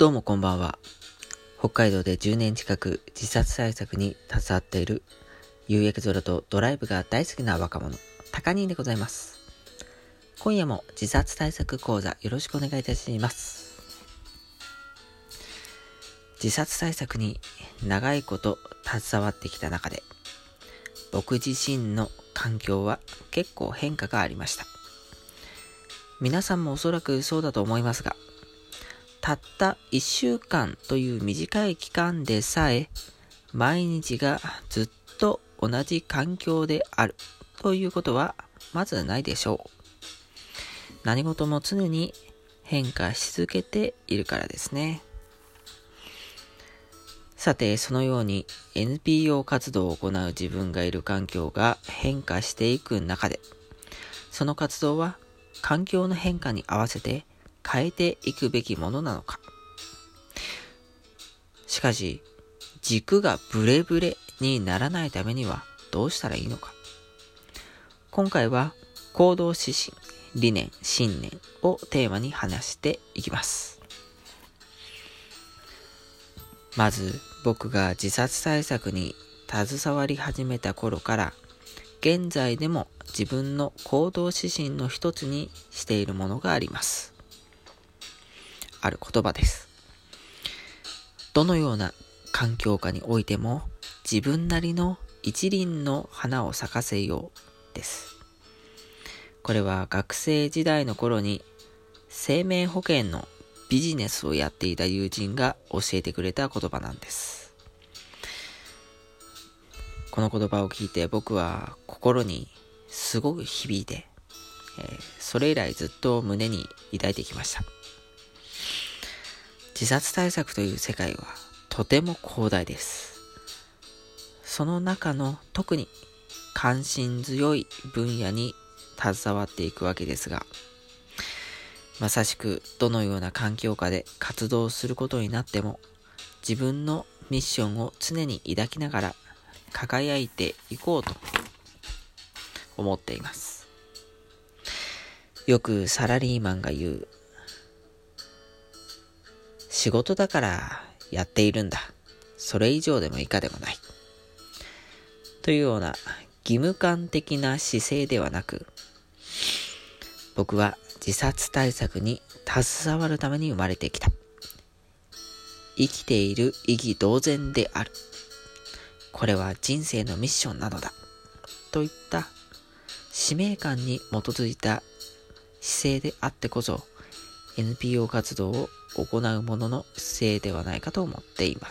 どうもこんばんは。北海道で10年近く自殺対策に携わっている夕焼け空とドライブが大好きな若者、高兄でございます。今夜も自殺対策講座よろしくお願いいたします。自殺対策に長いこと携わってきた中で、僕自身の環境は結構変化がありました。皆さんもおそらくそうだと思いますが、たった1週間という短い期間でさえ、毎日がずっと同じ環境であるということはまずないでしょう。何事も常に変化し続けているからですね。さて、そのように NPO 活動を行う自分がいる環境が変化していく中で、その活動は環境の変化に合わせて変えていくべきものなのか。しかし、軸がブレブレにならないためにはどうしたらいいのか。今回は行動指針、理念、信念をテーマに話していきます。まず、僕が自殺対策に携わり始めた頃から、現在でも自分の行動指針の一つにしているものがあります。ある言葉です。どのような環境下においても自分なりの一輪の花を咲かせようです。これは学生時代の頃に生命保険のビジネスをやっていた友人が教えてくれた言葉なんです。この言葉を聞いて僕は心にすごく響いて、それ以来ずっと胸に抱いてきました。自殺対策という世界はとても広大です。その中の特に関心強い分野に携わっていくわけですが、まさしくどのような環境下で活動することになっても、自分のミッションを常に抱きながら輝いていこうと思っています。よくサラリーマンが言う、仕事だからやっているんだ。それ以上でも以下でもない。というような義務感的な姿勢ではなく、僕は自殺対策に携わるために生まれてきた。生きている意義同然である。これは人生のミッションなのだ。といった使命感に基づいた姿勢であってこそ、NPO 活動を行うものの姿勢ではないかと思っています。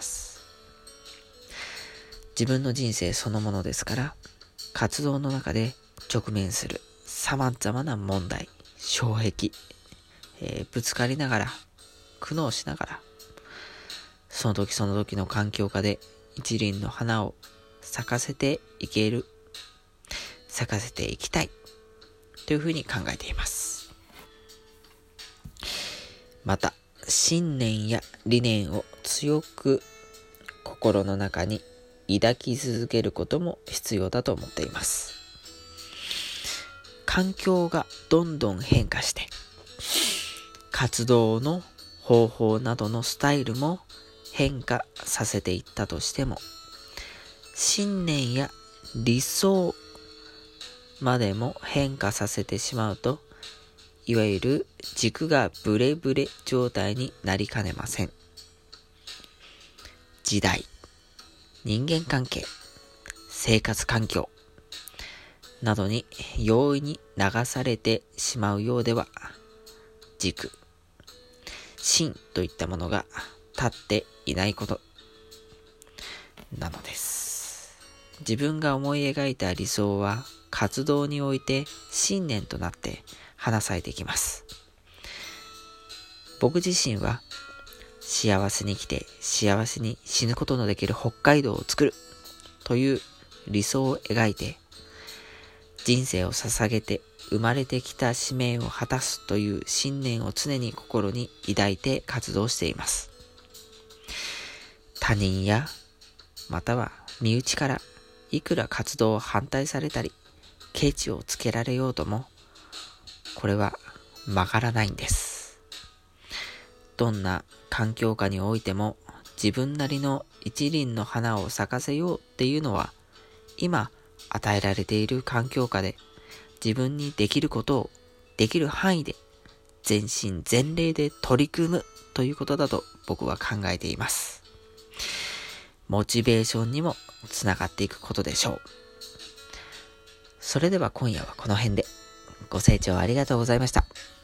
自分の人生そのものですから、活動の中で直面する様々な問題、障壁、ぶつかりながら、苦悩しながら、その時その時の環境下で一輪の花を咲かせていける、咲かせていきたいというふうに考えています。また、信念や理念を強く心の中に抱き続けることも必要だと思っています。環境がどんどん変化して、活動の方法などのスタイルも変化させていったとしても、信念や理想までも変化させてしまうと、いわゆる軸がブレブレ状態になりかねません。時代、人間関係、生活環境などに容易に流されてしまうようでは、軸、芯といったものが立っていないことなのです。自分が思い描いた理想は活動において信念となって花咲いてきます。僕自身は幸せに生きて幸せに死ぬことのできる北海道を作るという理想を描いて、人生を捧げて生まれてきた使命を果たすという信念を常に心に抱いて活動しています。他人やまたは身内からいくら活動を反対されたりケチをつけられようとも、これは曲がらないんです。 どんな環境下においても自分なりの一輪の花を咲かせようっていうのは、今与えられている環境下で自分にできることをできる範囲で全身全霊で取り組むということだと僕は考えています。モチベーションにもつながっていくことでしょう。それでは今夜はこの辺で。ご清聴ありがとうございました。